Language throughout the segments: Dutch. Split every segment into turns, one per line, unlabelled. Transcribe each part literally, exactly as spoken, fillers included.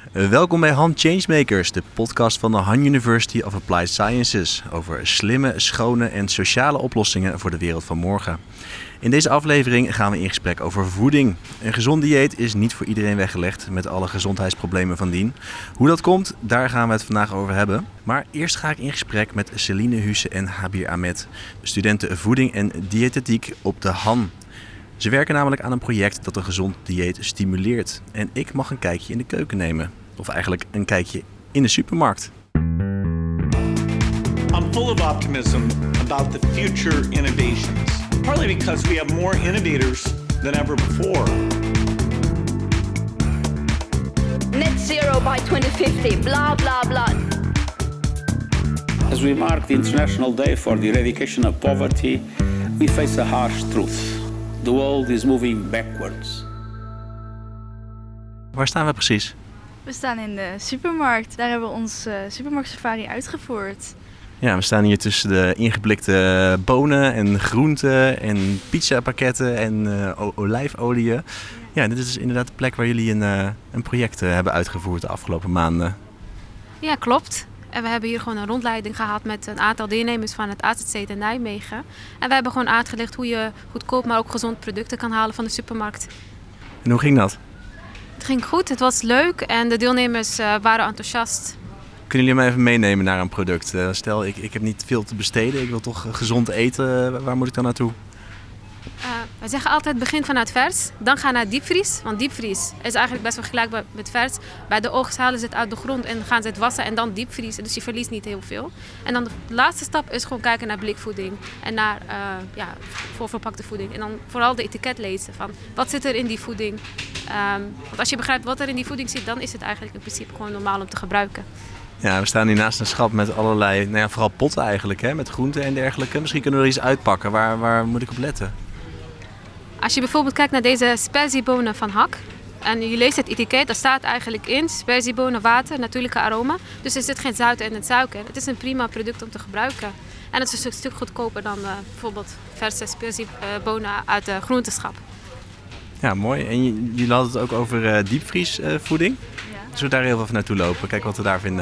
Uh, welkom bij Han Changemakers, de podcast van de Han University of Applied Sciences over slimme, schone en sociale oplossingen voor de wereld van morgen. In deze aflevering gaan we in gesprek over voeding. Een gezond dieet is niet voor iedereen weggelegd met alle gezondheidsproblemen van dien. Hoe dat komt, daar gaan we het vandaag over hebben. Maar eerst ga ik in gesprek met Celine Husse en Habir Ahmed, studenten voeding en diëtetiek op de Han. Ze werken namelijk aan een project dat een gezond dieet stimuleert. En ik mag een kijkje in de keuken nemen. Of eigenlijk een kijkje in de supermarkt.
I'm full of optimism about the future innovations. Partly because we have more innovators than ever before.
Net zero by twenty fifty, blah, blah, blah.
As we mark the International Day for the Eradication of Poverty, we face a harsh truth. The world is moving backwards.
Waar staan we precies?
We staan in de supermarkt. Daar hebben we ons uh, supermarktsafari uitgevoerd.
Ja, we staan hier tussen de ingeblikte bonen en groenten en pizzapakketten en uh, o- olijfolieën. Ja, dit is dus inderdaad de plek waar jullie een, uh, een project uh, hebben uitgevoerd de afgelopen maanden.
Ja, klopt. En we hebben hier gewoon een rondleiding gehad met een aantal deelnemers van het A Z C in Nijmegen. En we hebben gewoon uitgelegd hoe je goedkoop, maar ook gezond producten kan halen van de supermarkt.
En hoe ging dat?
Het ging goed, het was leuk en de deelnemers uh, waren enthousiast.
Kunnen jullie me even meenemen naar een product? Uh, stel, ik, ik heb niet veel te besteden, ik wil toch gezond eten. Waar moet ik dan naartoe?
Uh, wij zeggen altijd begin vanuit vers, dan ga naar diepvries. Want diepvries is eigenlijk best wel vergelijkbaar met vers. Bij de oogst halen ze het uit de grond en gaan ze het wassen en dan diepvriezen. Dus je verliest niet heel veel. En dan de laatste stap is gewoon kijken naar blikvoeding en naar uh, ja, voorverpakte voeding. En dan vooral de etiket lezen van wat zit er in die voeding. Um, want als je begrijpt wat er in die voeding zit, dan is het eigenlijk in principe gewoon normaal om te gebruiken.
Ja, we staan hier naast een schap met allerlei, nou ja, vooral potten eigenlijk, hè, met groenten en dergelijke. Misschien kunnen we er iets uitpakken. Waar, waar moet ik op letten?
Als je bijvoorbeeld kijkt naar deze sperziebonen van Hak en je leest het etiket, daar staat eigenlijk in sperziebonen, water, natuurlijke aroma. Dus er zit geen zout in het suiker. Het is een prima product om te gebruiken. En het is een stuk goedkoper dan uh, bijvoorbeeld verse sperziebonen uit de groenteschap.
Ja, mooi. En j- jullie hadden het ook over uh, diepvriesvoeding. Uh, ja. Zullen we daar heel even naartoe lopen? Kijken wat we daar vinden.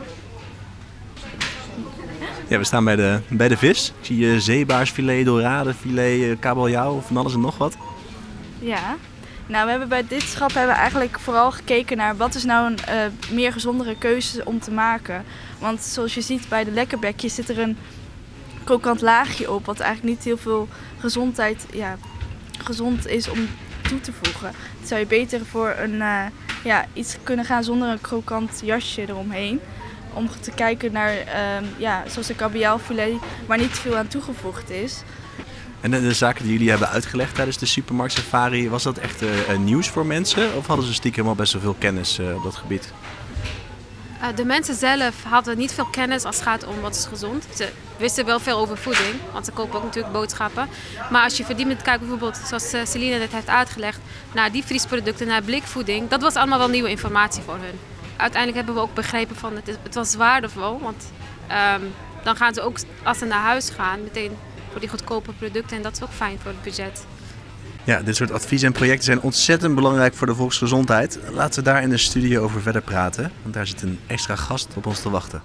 Ja, we staan bij de, bij de vis. Ik zie uh, zeebaarsfilet, doradefilet, uh, kabeljauw, van alles en nog wat.
Ja, nou we hebben bij dit schap hebben we eigenlijk vooral gekeken naar wat is nou een uh, meer gezondere keuze om te maken. Want zoals je ziet bij de lekkerbekjes zit er een krokant laagje op, wat eigenlijk niet heel veel gezondheid, ja, gezond is om toe te voegen. Dat zou je beter voor een, uh, ja, iets kunnen gaan zonder een krokant jasje eromheen. Om te kijken naar, um, ja, zoals de kabeljauwfilet, waar niet veel aan toegevoegd is.
En de, de zaken die jullie hebben uitgelegd tijdens de supermarktsafari, was dat echt uh, nieuws voor mensen? Of hadden ze stiekem al best wel veel kennis uh, op dat gebied?
Uh, de mensen zelf hadden niet veel kennis als het gaat om wat is gezond. Ze wisten wel veel over voeding, want ze kopen ook natuurlijk boodschappen. Maar als je verdiepend kijkt, bijvoorbeeld zoals uh, Celine net heeft uitgelegd, naar diepvriesproducten, naar blikvoeding, dat was allemaal wel nieuwe informatie voor hun. Uiteindelijk hebben we ook begrepen van het, het was waardevol, want um, dan gaan ze ook als ze naar huis gaan meteen voor die goedkope producten en dat is ook fijn voor het budget.
Ja, dit soort adviezen en projecten zijn ontzettend belangrijk voor de volksgezondheid. Laten we daar in de studio over verder praten, want daar zit een extra gast op ons te wachten.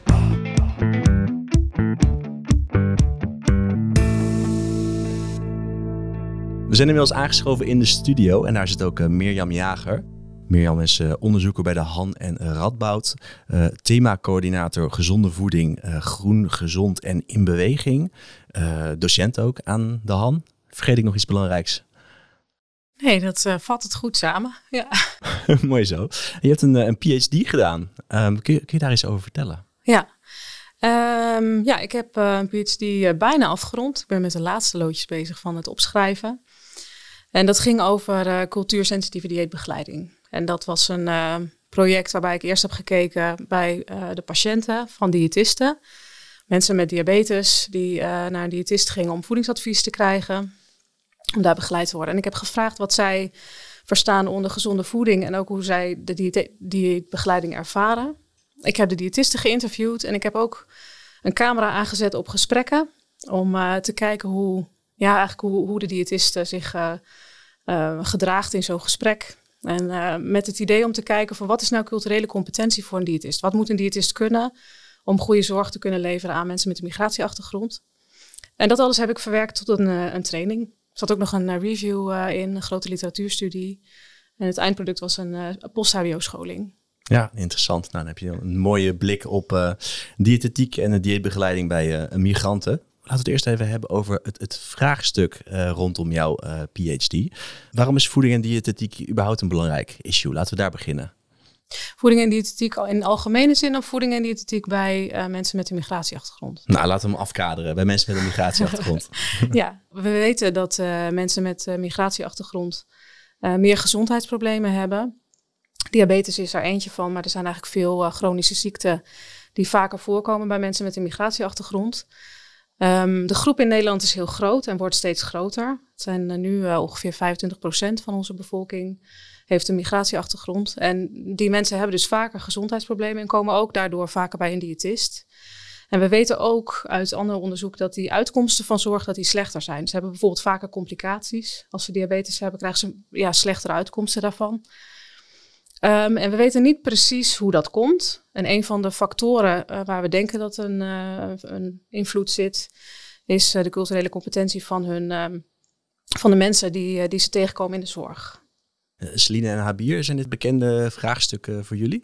We zijn inmiddels aangeschoven in de studio en daar zit ook uh, Mirjam Jager. Mirjam is uh, onderzoeker bij de Han en Radboud, uh, themacoördinator gezonde voeding, uh, groen, gezond en in beweging. Uh, docent ook aan de Han. Vergeet ik nog iets belangrijks?
Nee, dat uh, vat het goed samen. Ja.
Mooi zo. Je hebt een, een P H D gedaan. Um, kun, je, kun je daar iets over vertellen?
Ja, um, ja ik heb uh, een P H D uh, bijna afgerond. Ik ben met de laatste loodjes bezig van het opschrijven. En dat ging over uh, cultuursensitieve dieetbegeleiding. En dat was een uh, project waarbij ik eerst heb gekeken bij uh, de patiënten van diëtisten. Mensen met diabetes die uh, naar een diëtist gingen om voedingsadvies te krijgen. Om daar begeleid te worden. En ik heb gevraagd wat zij verstaan onder gezonde voeding. En ook hoe zij de dieet, dieetbegeleiding ervaren. Ik heb de diëtisten geïnterviewd. En ik heb ook een camera aangezet op gesprekken. Om uh, te kijken hoe, ja, eigenlijk hoe, hoe de diëtist zich uh, uh, gedraagt in zo'n gesprek. En uh, met het idee om te kijken van wat is nou culturele competentie voor een diëtist? Wat moet een diëtist kunnen om goede zorg te kunnen leveren aan mensen met een migratieachtergrond? En dat alles heb ik verwerkt tot een, uh, een training. Er zat ook nog een uh, review uh, in, een grote literatuurstudie. En het eindproduct was een uh, post-H B O-scholing.
Ja, interessant. Nou, dan heb je een mooie blik op uh, diëtetiek en de dieetbegeleiding bij uh, migranten. Laten we het eerst even hebben over het, het vraagstuk uh, rondom jouw uh, P H D. Waarom is voeding en diëtetiek überhaupt een belangrijk issue? Laten we daar beginnen.
Voeding en diëtetiek in algemene zin of voeding en diëtetiek bij uh, mensen met een migratieachtergrond?
Nou, laten we hem afkaderen bij mensen met een migratieachtergrond.
Ja, we weten dat uh, mensen met uh, migratieachtergrond uh, meer gezondheidsproblemen hebben. Diabetes is er eentje van, maar er zijn eigenlijk veel uh, chronische ziekten die vaker voorkomen bij mensen met een migratieachtergrond. Um, de groep in Nederland is heel groot en wordt steeds groter. Het zijn uh, nu uh, ongeveer vijfentwintig procent van onze bevolking heeft een migratieachtergrond. En die mensen hebben dus vaker gezondheidsproblemen en komen ook daardoor vaker bij een diëtist. En we weten ook uit ander onderzoek dat die uitkomsten van zorg dat die slechter zijn. Ze hebben bijvoorbeeld vaker complicaties. Als ze diabetes hebben, krijgen ze ja, slechtere uitkomsten daarvan. Um, en we weten niet precies hoe dat komt. En een van de factoren uh, waar we denken dat een, uh, een invloed zit, is uh, de culturele competentie van, hun, um, van de mensen die, uh, die ze tegenkomen in de zorg.
Uh, Celine en Habir, zijn dit bekende vraagstukken voor jullie?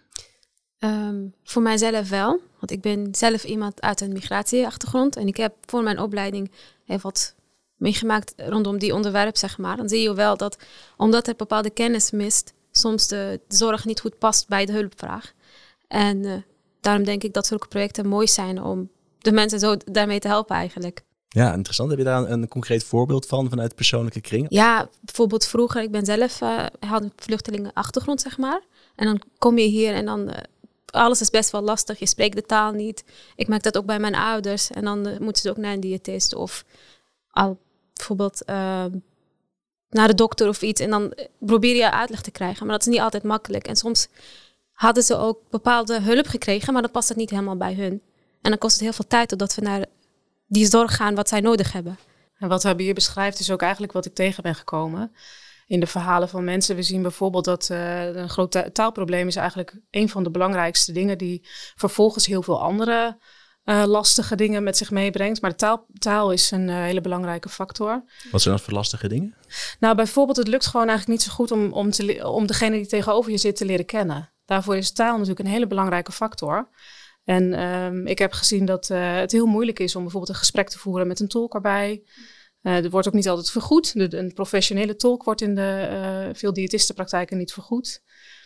Um, voor mijzelf wel, want ik ben zelf iemand uit een migratieachtergrond. En ik heb voor mijn opleiding heel wat meegemaakt rondom die onderwerp, zeg maar. Dan zie je wel dat, omdat er bepaalde kennis mist, soms de, de zorg niet goed past bij de hulpvraag. En uh, daarom denk ik dat zulke projecten mooi zijn om de mensen zo daarmee te helpen eigenlijk.
Ja, interessant. Heb je daar een, een concreet voorbeeld van vanuit de persoonlijke kring?
Ja, bijvoorbeeld vroeger, ik ben zelf, uh, had een vluchtelingenachtergrond, zeg maar. En dan kom je hier en dan, uh, alles is best wel lastig. Je spreekt de taal niet. Ik merk dat ook bij mijn ouders. En dan uh, moeten ze ook naar een diëtist of al bijvoorbeeld Uh, naar de dokter of iets. En dan probeer je uitleg te krijgen. Maar dat is niet altijd makkelijk. En soms hadden ze ook bepaalde hulp gekregen, maar dan past het niet helemaal bij hun. En dan kost het heel veel tijd totdat we naar die zorg gaan wat zij nodig hebben.
En wat Habir beschrijft is ook eigenlijk wat ik tegen ben gekomen in de verhalen van mensen. We zien bijvoorbeeld dat uh, een groot taalprobleem is eigenlijk een van de belangrijkste dingen die vervolgens heel veel andere Uh, lastige dingen met zich meebrengt. Maar de taal, taal is een uh, hele belangrijke factor.
Wat zijn dat voor lastige dingen?
Nou, bijvoorbeeld het lukt gewoon eigenlijk niet zo goed om, om, te, om degene die tegenover je zit te leren kennen. Daarvoor is taal natuurlijk een hele belangrijke factor. En um, ik heb gezien dat uh, het heel moeilijk is om bijvoorbeeld een gesprek te voeren met een tolk erbij. Uh, er wordt ook niet altijd vergoed. De, een professionele tolk wordt in de uh, veel diëtistenpraktijken niet vergoed.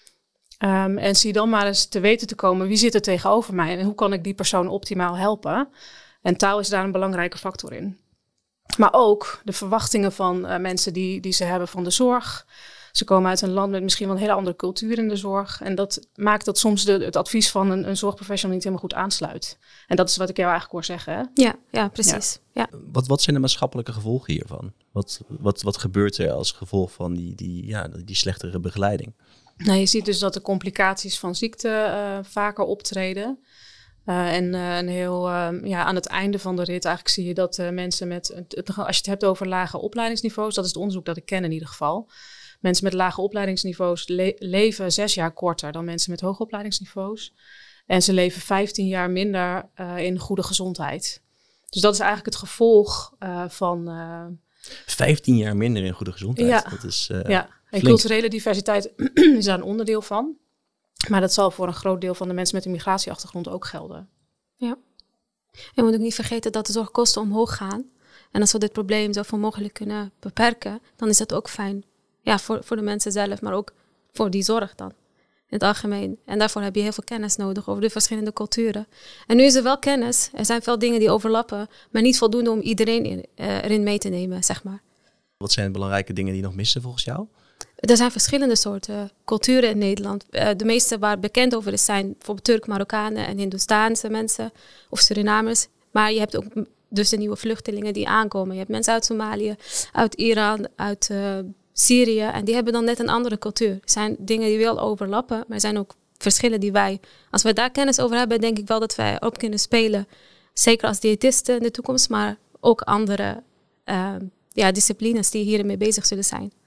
Um, en zie dan maar eens te weten te komen, wie zit er tegenover mij en hoe kan ik die persoon optimaal helpen. En taal is daar een belangrijke factor in. Maar ook de verwachtingen van uh, mensen die, die ze hebben van de zorg. Ze komen uit een land met misschien wel een hele andere cultuur in de zorg. En dat maakt dat soms de, het advies van een, een zorgprofessional niet helemaal goed aansluit. En dat is wat ik jou eigenlijk hoor zeggen. Hè?
Ja, ja, precies. Ja.
Ja. Wat, wat zijn de maatschappelijke gevolgen hiervan? Wat, wat, wat gebeurt er als gevolg van die, die, ja, die slechtere begeleiding?
Nou, je ziet dus dat de complicaties van ziekte uh, vaker optreden. Uh, en uh, een heel, uh, ja, aan het einde van de rit eigenlijk zie je dat uh, mensen met, het, als je het hebt over lage opleidingsniveaus, dat is het onderzoek dat ik ken in ieder geval. Mensen met lage opleidingsniveaus le- leven zes jaar korter dan mensen met hoge opleidingsniveaus. En ze leven vijftien jaar minder uh, in goede gezondheid. Dus dat is eigenlijk het gevolg uh, van Uh,
vijftien jaar minder in goede gezondheid.
Ja,
dat is, uh,
ja. En
flink.
culturele diversiteit is daar een onderdeel van. Maar dat zal voor een groot deel van de mensen met een migratieachtergrond ook gelden.
Ja. En we moeten ook niet vergeten dat de zorgkosten omhoog gaan. En als we dit probleem zoveel mogelijk kunnen beperken, dan is dat ook fijn. Ja, voor, voor de mensen zelf, maar ook voor die zorg dan. In het algemeen. En daarvoor heb je heel veel kennis nodig over de verschillende culturen. En nu is er wel kennis. Er zijn veel dingen die overlappen, maar niet voldoende om iedereen in, uh, erin mee te nemen, zeg maar.
Wat zijn de belangrijke dingen die nog missen volgens jou?
Er zijn verschillende soorten culturen in Nederland. Uh, de meeste waar bekend over is zijn bijvoorbeeld Turk, Marokkanen en Hindoestaanse mensen of Surinamers. Maar je hebt ook dus de nieuwe vluchtelingen die aankomen. Je hebt mensen uit Somalië, uit Iran, uit uh, Syrië. En die hebben dan net een andere cultuur. Er zijn dingen die wel overlappen, maar er zijn ook verschillen die wij, als we daar kennis over hebben, denk ik wel dat wij op kunnen spelen. Zeker als diëtisten in de toekomst, maar ook andere uh, ja, disciplines die hiermee bezig zullen zijn.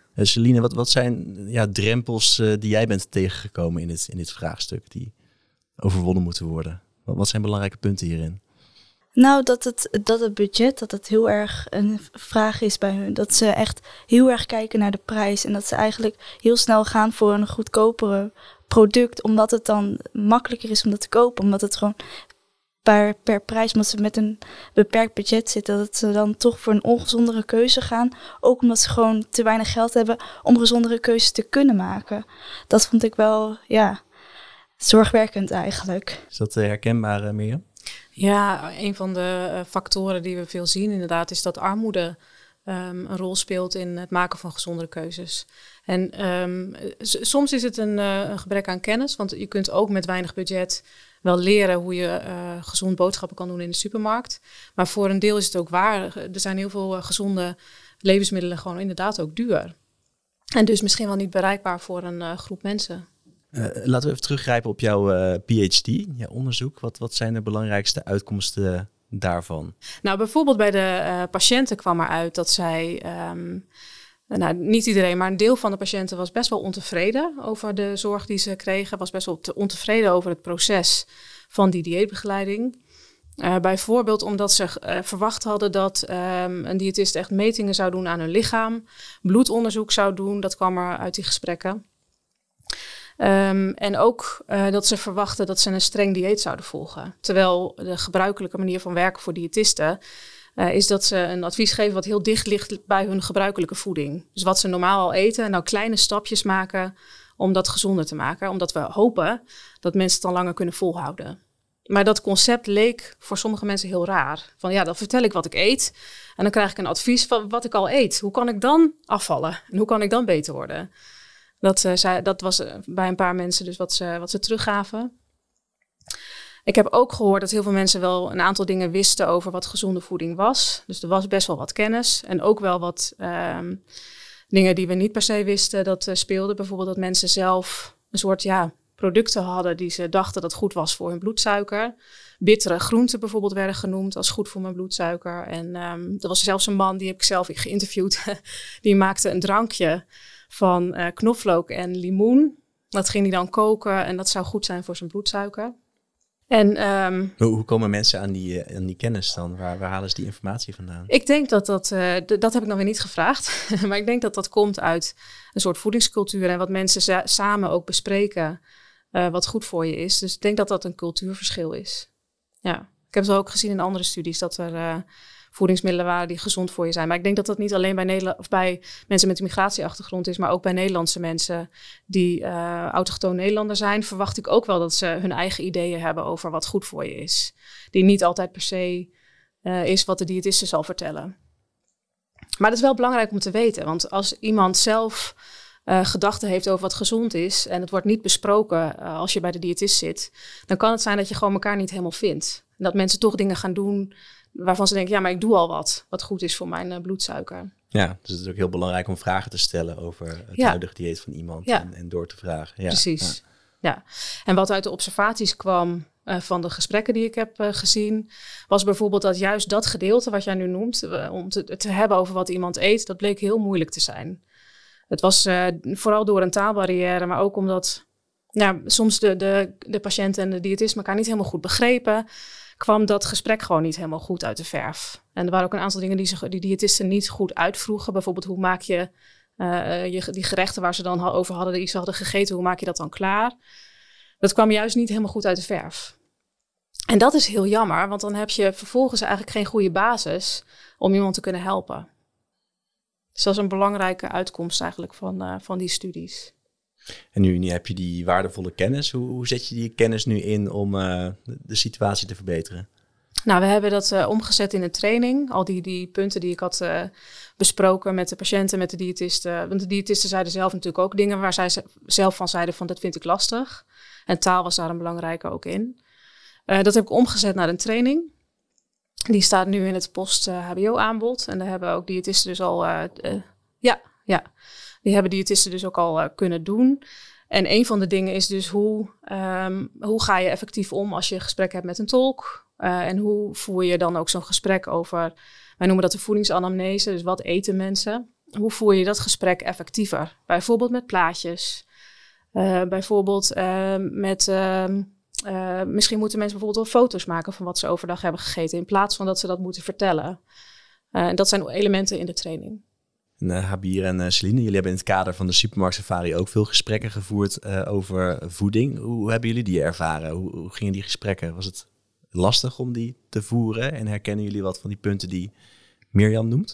Uh, Celine, wat, wat zijn ja, drempels uh, die jij bent tegengekomen in dit, in dit vraagstuk die overwonnen moeten worden? Wat, wat zijn belangrijke punten hierin?
Nou, dat het, dat het budget, dat het heel erg een vraag is bij hun. Dat ze echt heel erg kijken naar de prijs. En dat ze eigenlijk heel snel gaan voor een goedkopere product. Omdat het dan makkelijker is om dat te kopen. Omdat het gewoon per, per prijs, omdat ze met een beperkt budget zitten, dat ze dan toch voor een ongezondere keuze gaan. Ook omdat ze gewoon te weinig geld hebben om gezondere keuzes te kunnen maken. Dat vond ik wel, ja, zorgwekkend eigenlijk.
Is dat herkenbaar, uh, Mirjam?
Ja, een van de uh, factoren die we veel zien inderdaad is dat armoede um, een rol speelt in het maken van gezondere keuzes. En um, s- soms is het een, uh, een gebrek aan kennis, want je kunt ook met weinig budget wel leren hoe je uh, gezond boodschappen kan doen in de supermarkt. Maar voor een deel is het ook waar. Er zijn heel veel uh, gezonde levensmiddelen gewoon inderdaad ook duur. En dus misschien wel niet bereikbaar voor een uh, groep mensen.
Uh, laten we even teruggrijpen op jouw uh, P H D, jouw onderzoek. Wat, wat zijn de belangrijkste uitkomsten daarvan?
Nou, bijvoorbeeld bij de uh, patiënten kwam eruit dat zij... Um, nou, niet iedereen, maar een deel van de patiënten was best wel ontevreden over de zorg die ze kregen. Was best wel te ontevreden over het proces van die dieetbegeleiding. Uh, bijvoorbeeld omdat ze uh, verwacht hadden dat um, een diëtist echt metingen zou doen aan hun lichaam. Bloedonderzoek zou doen, dat kwam er uit die gesprekken. Um, en ook uh, dat ze verwachten dat ze een streng dieet zouden volgen. Terwijl de gebruikelijke manier van werken voor diëtisten uh, is dat ze een advies geven wat heel dicht ligt bij hun gebruikelijke voeding. Dus wat ze normaal al eten en nou kleine stapjes maken om dat gezonder te maken. Omdat we hopen dat mensen het dan langer kunnen volhouden. Maar dat concept leek voor sommige mensen heel raar. Van ja, dan vertel ik wat ik eet en dan krijg ik een advies van wat ik al eet. Hoe kan ik dan afvallen en hoe kan ik dan beter worden? Dat, uh, zij, dat was uh, bij een paar mensen dus wat ze, wat ze teruggaven. Ik heb ook gehoord dat heel veel mensen wel een aantal dingen wisten over wat gezonde voeding was. Dus er was best wel wat kennis. En ook wel wat um, dingen die we niet per se wisten dat uh, speelden. Bijvoorbeeld dat mensen zelf een soort ja, producten hadden die ze dachten dat goed was voor hun bloedsuiker. Bittere groenten bijvoorbeeld werden genoemd als goed voor mijn bloedsuiker. En um, er was zelfs een man, die heb ik zelf geïnterviewd. Die maakte een drankje van uh, knoflook en limoen. Dat ging hij dan koken en dat zou goed zijn voor zijn bloedsuiker. En, um,
hoe, hoe komen mensen aan die, uh, aan die kennis dan? Waar, waar halen ze die informatie vandaan?
Ik denk dat dat, uh, d- dat heb ik nog weer niet gevraagd. Maar ik denk dat dat komt uit een soort voedingscultuur en wat mensen za- samen ook bespreken uh, wat goed voor je is. Dus ik denk dat dat een cultuurverschil is. Ja, ik heb het ook gezien in andere studies dat er uh, voedingsmiddelen waren die gezond voor je zijn. Maar ik denk dat dat niet alleen bij, Nederla- of bij mensen met een migratieachtergrond is, maar ook bij Nederlandse mensen die uh, autochtoon Nederlander zijn, verwacht ik ook wel dat ze hun eigen ideeën hebben over wat goed voor je is. Die niet altijd per se uh, is wat de diëtiste zal vertellen. Maar dat is wel belangrijk om te weten, want als iemand zelf uh, gedachten heeft over wat gezond is en het wordt niet besproken uh, als je bij de diëtist zit, dan kan het zijn dat je gewoon elkaar niet helemaal vindt. En dat mensen toch dingen gaan doen waarvan ze denken, ja, maar ik doe al wat, wat goed is voor mijn uh, bloedsuiker.
Ja, dus het is ook heel belangrijk om vragen te stellen over het
ja.
huidige dieet van iemand
ja.
en, en door te vragen. Ja.
Precies,
ja.
ja. En wat uit de observaties kwam uh, van de gesprekken die ik heb uh, gezien, was bijvoorbeeld dat juist dat gedeelte wat jij nu noemt, uh, om te, te hebben over wat iemand eet, dat bleek heel moeilijk te zijn. Het was uh, vooral door een taalbarrière, maar ook omdat ja, soms de, de, de patiënt en de diëtist elkaar niet helemaal goed begrepen, kwam dat gesprek gewoon niet helemaal goed uit de verf. En er waren ook een aantal dingen die ze, die diëtisten niet goed uitvroegen. Bijvoorbeeld, hoe maak je, uh, je die gerechten waar ze dan over hadden, die ze hadden gegeten, hoe maak je dat dan klaar? Dat kwam juist niet helemaal goed uit de verf. En dat is heel jammer, want dan heb je vervolgens eigenlijk geen goede basis om iemand te kunnen helpen. Dus dat is een belangrijke uitkomst eigenlijk van, uh, van die studies.
En nu, nu heb je die waardevolle kennis. Hoe, hoe zet je die kennis nu in om uh, de, de situatie te verbeteren?
Nou, we hebben dat uh, omgezet in een training. Al die, die punten die ik had uh, besproken met de patiënten, met de diëtisten. Want de diëtisten zeiden zelf natuurlijk ook dingen waar zij z- zelf van zeiden van dat vind ik lastig. En taal was daar een belangrijke ook in. Uh, dat heb ik omgezet naar een training. Die staat nu in het post-H B O-aanbod. En daar hebben ook diëtisten dus al... Uh, uh, ja, ja. Die hebben diëtisten dus ook al uh, kunnen doen. En een van de dingen is dus hoe, um, hoe ga je effectief om als je een gesprek hebt met een tolk? Uh, en hoe voer je dan ook zo'n gesprek over, wij noemen dat de voedingsanamnese, dus wat eten mensen? hoe voer je dat gesprek effectiever? Bijvoorbeeld met plaatjes. Uh, bijvoorbeeld uh, met... Uh, uh, misschien moeten mensen bijvoorbeeld wel foto's maken van wat ze overdag hebben gegeten, in plaats van dat ze dat moeten vertellen. Uh, en dat zijn elementen in de training.
En, uh, Habir en uh, Celine, jullie hebben in het kader van de Supermarkt Safari ook veel gesprekken gevoerd uh, over voeding. Hoe hebben jullie die ervaren? Hoe, hoe gingen die gesprekken? Was het lastig om die te voeren? En herkennen jullie wat van die punten die Mirjam noemt?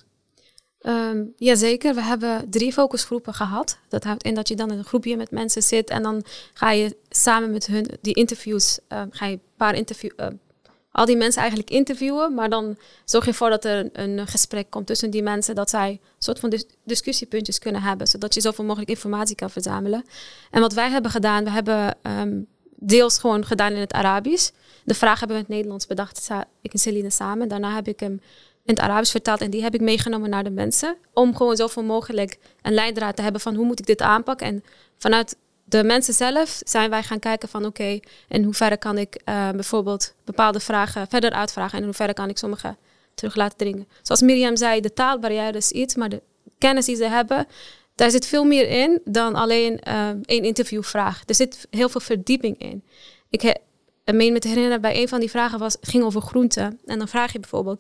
Um, Jazeker, we hebben drie focusgroepen gehad. Dat houdt in dat je dan in een groepje met mensen zit en dan ga je samen met hun die interviews, uh, ga je een paar interview, uh, al die mensen eigenlijk interviewen, maar dan zorg je ervoor dat er een, een gesprek komt tussen die mensen, dat zij een soort van dis- discussiepuntjes kunnen hebben, zodat je zoveel mogelijk informatie kan verzamelen. En wat wij hebben gedaan, we hebben um, deels gewoon gedaan in het Arabisch. De vraag hebben we in het Nederlands bedacht, ik en Celine samen. Daarna heb ik hem in het Arabisch vertaald en die heb ik meegenomen naar de mensen. Om gewoon zoveel mogelijk een leidraad te hebben van hoe moet ik dit aanpakken. En vanuit de mensen zelf zijn wij gaan kijken van oké, okay, in hoeverre kan ik uh, bijvoorbeeld bepaalde vragen verder uitvragen. En in hoeverre kan ik sommige terug laten dringen. Zoals Mirjam zei, de taalbarrière is iets, maar de kennis die ze hebben, daar zit veel meer in dan alleen uh, één interviewvraag. Er zit heel veel verdieping in. Ik he, meen me te herinneren, bij een van die vragen was, ging over groenten. En dan vraag je bijvoorbeeld,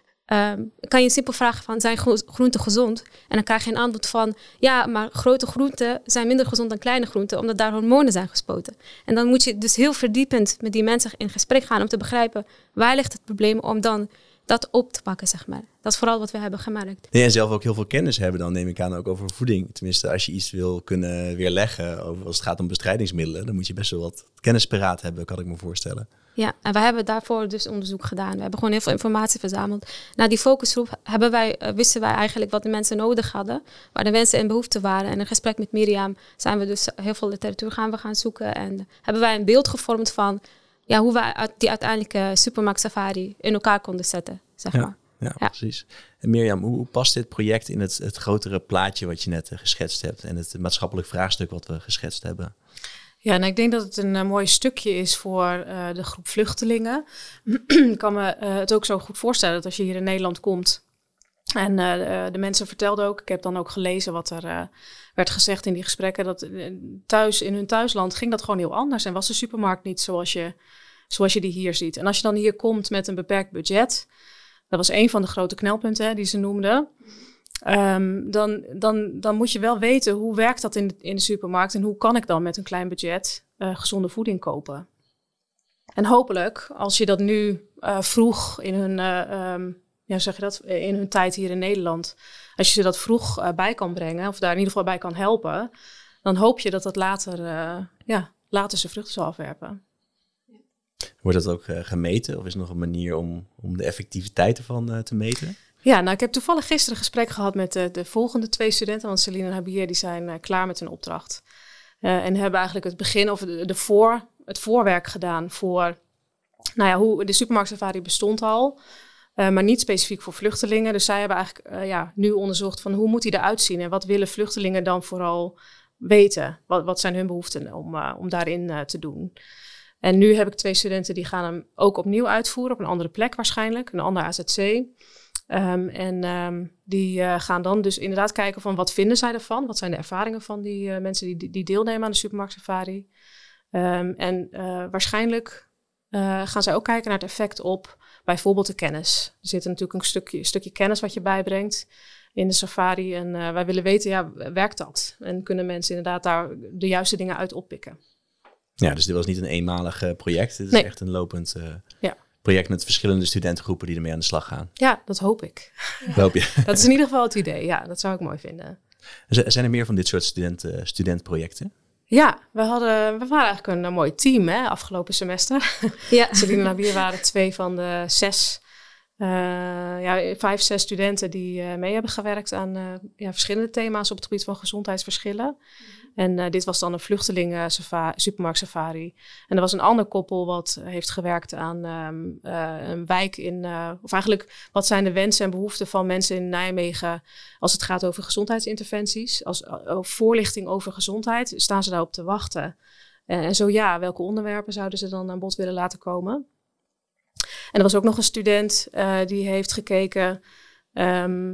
Um, kan je een simpel vragen van, zijn gro- groenten gezond? En dan krijg je een antwoord van, ja, maar grote groenten zijn minder gezond dan kleine groenten, omdat daar hormonen zijn gespoten. En dan moet je dus heel verdiepend met die mensen in gesprek gaan om te begrijpen, waar ligt het probleem, om dan dat op te pakken, zeg maar. Dat is vooral wat we hebben gemerkt.
Nee, en zelf ook heel veel kennis hebben dan, neem ik aan, ook over voeding. Tenminste, als je iets wil kunnen weerleggen, over, als het gaat om bestrijdingsmiddelen, dan moet je best wel wat kennis paraat hebben, kan ik me voorstellen.
Ja, en wij hebben daarvoor dus onderzoek gedaan. We hebben gewoon heel veel informatie verzameld. Na die focusgroep hebben wij, uh, wisten wij eigenlijk wat de mensen nodig hadden, waar de mensen in behoefte waren. En in een gesprek met Mirjam zijn we dus heel veel literatuur gaan we gaan zoeken. En hebben wij een beeld gevormd van ja, hoe wij die uiteindelijke Supermarkt Safari in elkaar konden zetten, zeg
ja,
maar.
Ja,
ja,
precies. En Mirjam, hoe, hoe past dit project in het, het grotere plaatje wat je net uh, geschetst hebt en het maatschappelijk vraagstuk wat we geschetst hebben?
Ja, en ik denk dat het een uh, mooi stukje is voor uh, de groep vluchtelingen. Ik kan me uh, het ook zo goed voorstellen dat als je hier in Nederland komt en uh, de mensen vertelden ook, ik heb dan ook gelezen wat er uh, werd gezegd in die gesprekken, dat uh, thuis in hun thuisland ging dat gewoon heel anders en was de supermarkt niet zoals je, zoals je die hier ziet. En als je dan hier komt met een beperkt budget, dat was een van de grote knelpunten hè, die ze noemden. Um, dan, dan, dan moet je wel weten hoe werkt dat in de, in de supermarkt en hoe kan ik dan met een klein budget uh, gezonde voeding kopen. En hopelijk, als je dat nu uh, vroeg in hun, uh, um, ja, zeg je dat, in hun tijd hier in Nederland, als je ze dat vroeg uh, bij kan brengen of daar in ieder geval bij kan helpen, dan hoop je dat dat later, uh, ja, later zijn vruchten zal afwerpen.
Wordt dat ook uh, gemeten of is er nog een manier om, om de effectiviteit ervan uh, te meten?
Ja, nou ik heb toevallig gisteren een gesprek gehad met de, de volgende twee studenten, want Celine en Habir die zijn uh, klaar met hun opdracht. Uh, en hebben eigenlijk het begin of de, de voor, het voorwerk gedaan voor, nou ja, hoe de Supermarkt Safari bestond al, uh, maar niet specifiek voor vluchtelingen. Dus zij hebben eigenlijk uh, ja, nu onderzocht van hoe moet die eruit zien en wat willen vluchtelingen dan vooral weten? Wat, wat zijn hun behoeften om, uh, om daarin uh, te doen? En nu heb ik twee studenten die gaan hem ook opnieuw uitvoeren op een andere plek waarschijnlijk, een ander A Z C. Um, en um, die uh, gaan dan dus inderdaad kijken van wat vinden zij ervan? Wat zijn de ervaringen van die uh, mensen die, die deelnemen aan de Supermarkt Safari? Um, en uh, waarschijnlijk uh, gaan zij ook kijken naar het effect op bijvoorbeeld de kennis. Er zit natuurlijk een stukje, een stukje kennis wat je bijbrengt in de safari. En uh, wij willen weten, ja, werkt dat? En kunnen mensen inderdaad daar de juiste dingen uit oppikken?
Ja, dus dit was niet een eenmalig uh, project. Dit is
nee.
echt een lopend uh,
ja.
project met verschillende studentengroepen die ermee aan de slag gaan.
Ja, dat hoop ik.
Ja. Hoop je.
Dat is in ieder geval het idee. Ja, dat zou ik mooi vinden.
Zijn er meer van dit soort studenten, studentprojecten?
Ja, we, hadden, we waren eigenlijk een, een mooi team hè, afgelopen semester.
Ja.
Celine en Habir waren twee van de zes, uh, ja, vijf, zes studenten die uh, mee hebben gewerkt aan uh, ja, verschillende thema's op het gebied van gezondheidsverschillen. Mm-hmm. En uh, dit was dan een vluchtelingen safari, supermarkt safari. En er was een ander koppel wat heeft gewerkt aan um, uh, een wijk in, uh, of eigenlijk wat zijn de wensen en behoeften van mensen in Nijmegen als het gaat over gezondheidsinterventies. Als uh, voorlichting over gezondheid, staan ze daarop te wachten? Uh, en zo ja, welke onderwerpen zouden ze dan aan bod willen laten komen? En er was ook nog een student uh, die heeft gekeken, um,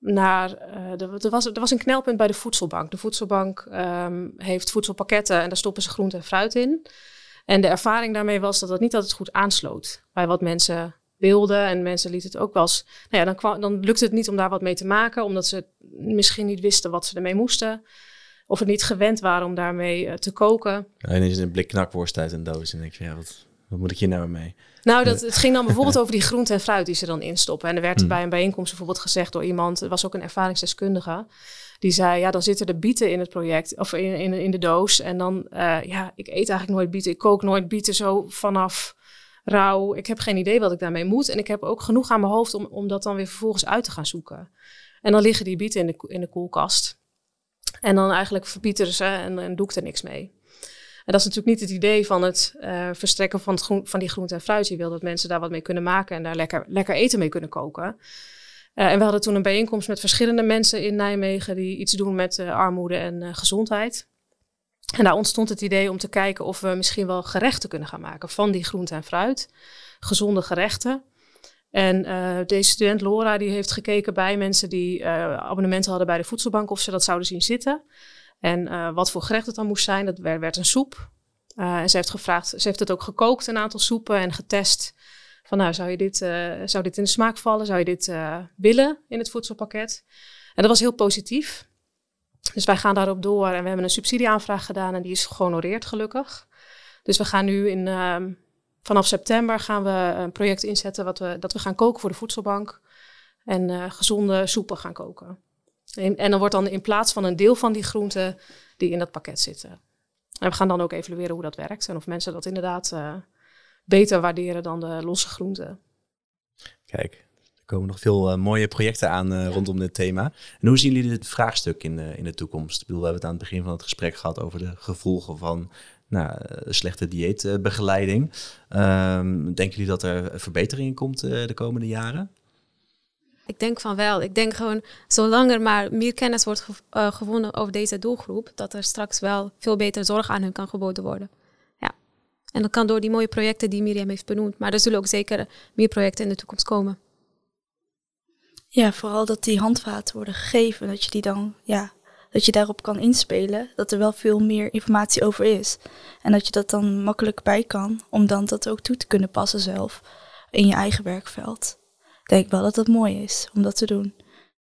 naar, uh, er, was, er was een knelpunt bij de voedselbank. De voedselbank um, heeft voedselpakketten en daar stoppen ze groente en fruit in. En de ervaring daarmee was dat dat niet altijd goed aansloot bij wat mensen wilden. En mensen lieten het ook wel eens... Nou ja, dan, kwam, dan lukte het niet om daar wat mee te maken, omdat ze misschien niet wisten wat ze ermee moesten. Of het niet gewend waren om daarmee uh, te koken.
Ja, en is een blik knakworst uit een doos en denk je, ja, wat, wat moet ik hier nou mee?
Nou, dat, het ging dan bijvoorbeeld over die groente en fruit die ze dan instoppen. En er werd
Hmm.
bij een bijeenkomst bijvoorbeeld gezegd door iemand, er was ook een ervaringsdeskundige, die zei, ja, dan zitten er bieten in het project, of in, in, in de doos. En dan, uh, ja, ik eet eigenlijk nooit bieten, ik kook nooit bieten zo vanaf rauw. Ik heb geen idee wat ik daarmee moet. En ik heb ook genoeg aan mijn hoofd om, om dat dan weer vervolgens uit te gaan zoeken. En dan liggen die bieten in de, in de koelkast. En dan eigenlijk verbieteren ze en, en doe ik er niks mee. En dat is natuurlijk niet het idee van het uh, verstrekken van, het groen, van die groente en fruit. Je wil dat mensen daar wat mee kunnen maken en daar lekker, lekker eten mee kunnen koken. Uh, en we hadden toen een bijeenkomst met verschillende mensen in Nijmegen die iets doen met uh, armoede en uh, gezondheid. En daar ontstond het idee om te kijken of we misschien wel gerechten kunnen gaan maken van die groente en fruit. Gezonde gerechten. En uh, deze student Laura die heeft gekeken bij mensen die uh, abonnementen hadden bij de voedselbank of ze dat zouden zien zitten. En uh, wat voor gerecht het dan moest zijn, dat werd, werd een soep. Uh, en ze heeft gevraagd, ze heeft het ook gekookt, een aantal soepen en getest. Van nou, zou je dit, uh, zou dit in de smaak vallen? Zou je dit uh, willen in het voedselpakket? En dat was heel positief. Dus wij gaan daarop door en we hebben een subsidieaanvraag gedaan en die is gehonoreerd gelukkig. Dus we gaan nu in, uh, vanaf september gaan we een project inzetten wat we, dat we gaan koken voor de voedselbank. En uh, gezonde soepen gaan koken. En, en dan wordt dan in plaats van een deel van die groenten die in dat pakket zitten. En we gaan dan ook evalueren hoe dat werkt. En of mensen dat inderdaad uh, beter waarderen dan de losse groenten.
Kijk, er komen nog veel uh, mooie projecten aan uh, ja. rondom dit thema. En hoe zien jullie dit vraagstuk in, uh, in de toekomst? Ik bedoel, we hebben het aan het begin van het gesprek gehad over de gevolgen van nou, slechte dieetbegeleiding. Um, denken jullie dat er verbetering komt uh, de komende jaren?
Ik denk van wel. Ik denk gewoon, zolang er maar meer kennis wordt gev- uh, gewonnen over deze doelgroep, dat er straks wel veel beter zorg aan hun kan geboden worden. Ja. En dat kan door die mooie projecten die Miriam heeft benoemd. Maar er zullen ook zeker meer projecten in de toekomst komen.
Ja, vooral dat die handvaten worden gegeven, dat je die dan, ja, dat je daarop kan inspelen, dat er wel veel meer informatie over is. En dat je dat dan makkelijk bij kan, om dan dat ook toe te kunnen passen zelf in je eigen werkveld. Ik denk wel dat het mooi is om dat te doen.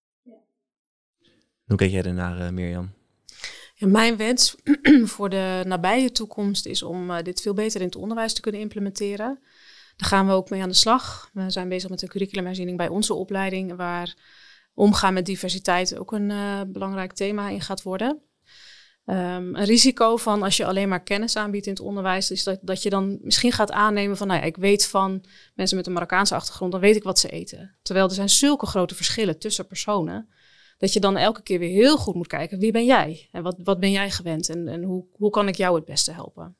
Hoe kijk jij ernaar, uh, Mirjam?
Ja, mijn wens voor de nabije toekomst is om uh, dit veel beter in het onderwijs te kunnen implementeren. Daar gaan we ook mee aan de slag. We zijn bezig met een curriculumherziening bij onze opleiding, waar omgaan met diversiteit ook een uh, belangrijk thema in gaat worden. Um, een risico van als je alleen maar kennis aanbiedt in het onderwijs, is dat, dat je dan misschien gaat aannemen van, nou ja, ik weet van mensen met een Marokkaanse achtergrond, dan weet ik wat ze eten. Terwijl er zijn zulke grote verschillen tussen personen, dat je dan elke keer weer heel goed moet kijken, wie ben jij? En wat, wat ben jij gewend? En, en hoe, hoe kan ik jou het beste helpen?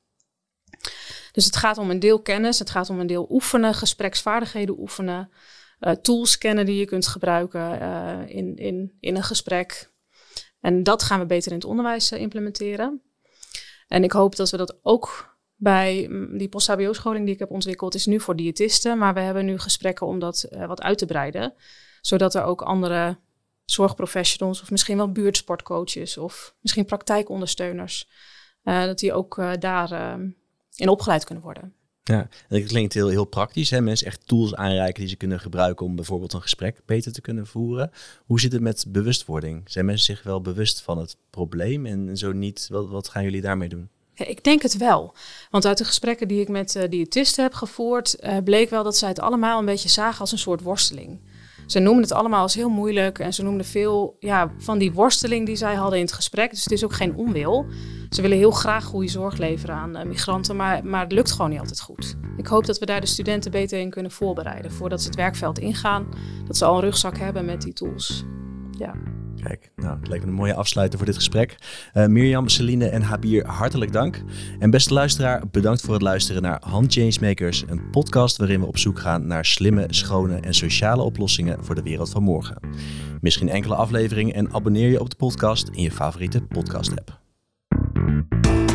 Dus het gaat om een deel kennis, het gaat om een deel oefenen, gespreksvaardigheden oefenen, uh, tools kennen die je kunt gebruiken uh, in, in, in een gesprek. En dat gaan we beter in het onderwijs uh, implementeren. En ik hoop dat we dat ook bij um, die post-H B O-scholing die ik heb ontwikkeld, is nu voor diëtisten. Maar we hebben nu gesprekken om dat uh, wat uit te breiden. Zodat er ook andere zorgprofessionals of misschien wel buurtsportcoaches of misschien praktijkondersteuners, uh, dat die ook uh, daar uh, in opgeleid kunnen worden.
Ja, dat klinkt heel, heel praktisch. Hè? Mensen echt tools aanreiken die ze kunnen gebruiken om bijvoorbeeld een gesprek beter te kunnen voeren. Hoe zit het met bewustwording? Zijn mensen zich wel bewust van het probleem? En zo niet, wat, wat gaan jullie daarmee doen?
Ja, ik denk het wel. Want uit de gesprekken die ik met uh, diëtisten heb gevoerd, uh, bleek wel dat zij het allemaal een beetje zagen als een soort worsteling. Ze noemden het allemaal als heel moeilijk en ze noemden veel ja, van die worsteling die zij hadden in het gesprek. Dus het is ook geen onwil. Ze willen heel graag goede zorg leveren aan uh, migranten, maar, maar het lukt gewoon niet altijd goed. Ik hoop dat we daar de studenten beter in kunnen voorbereiden voordat ze het werkveld ingaan. Dat ze al een rugzak hebben met die tools. Ja.
Kijk, nou, het lijkt me een mooie afsluiter voor dit gesprek. Uh, Mirjam, Celine en Habir, hartelijk dank. En beste luisteraar, bedankt voor het luisteren naar Hand Changemakers, een podcast waarin we op zoek gaan naar slimme, schone en sociale oplossingen voor de wereld van morgen. Misschien enkele afleveringen en abonneer je op de podcast in je favoriete podcast-app.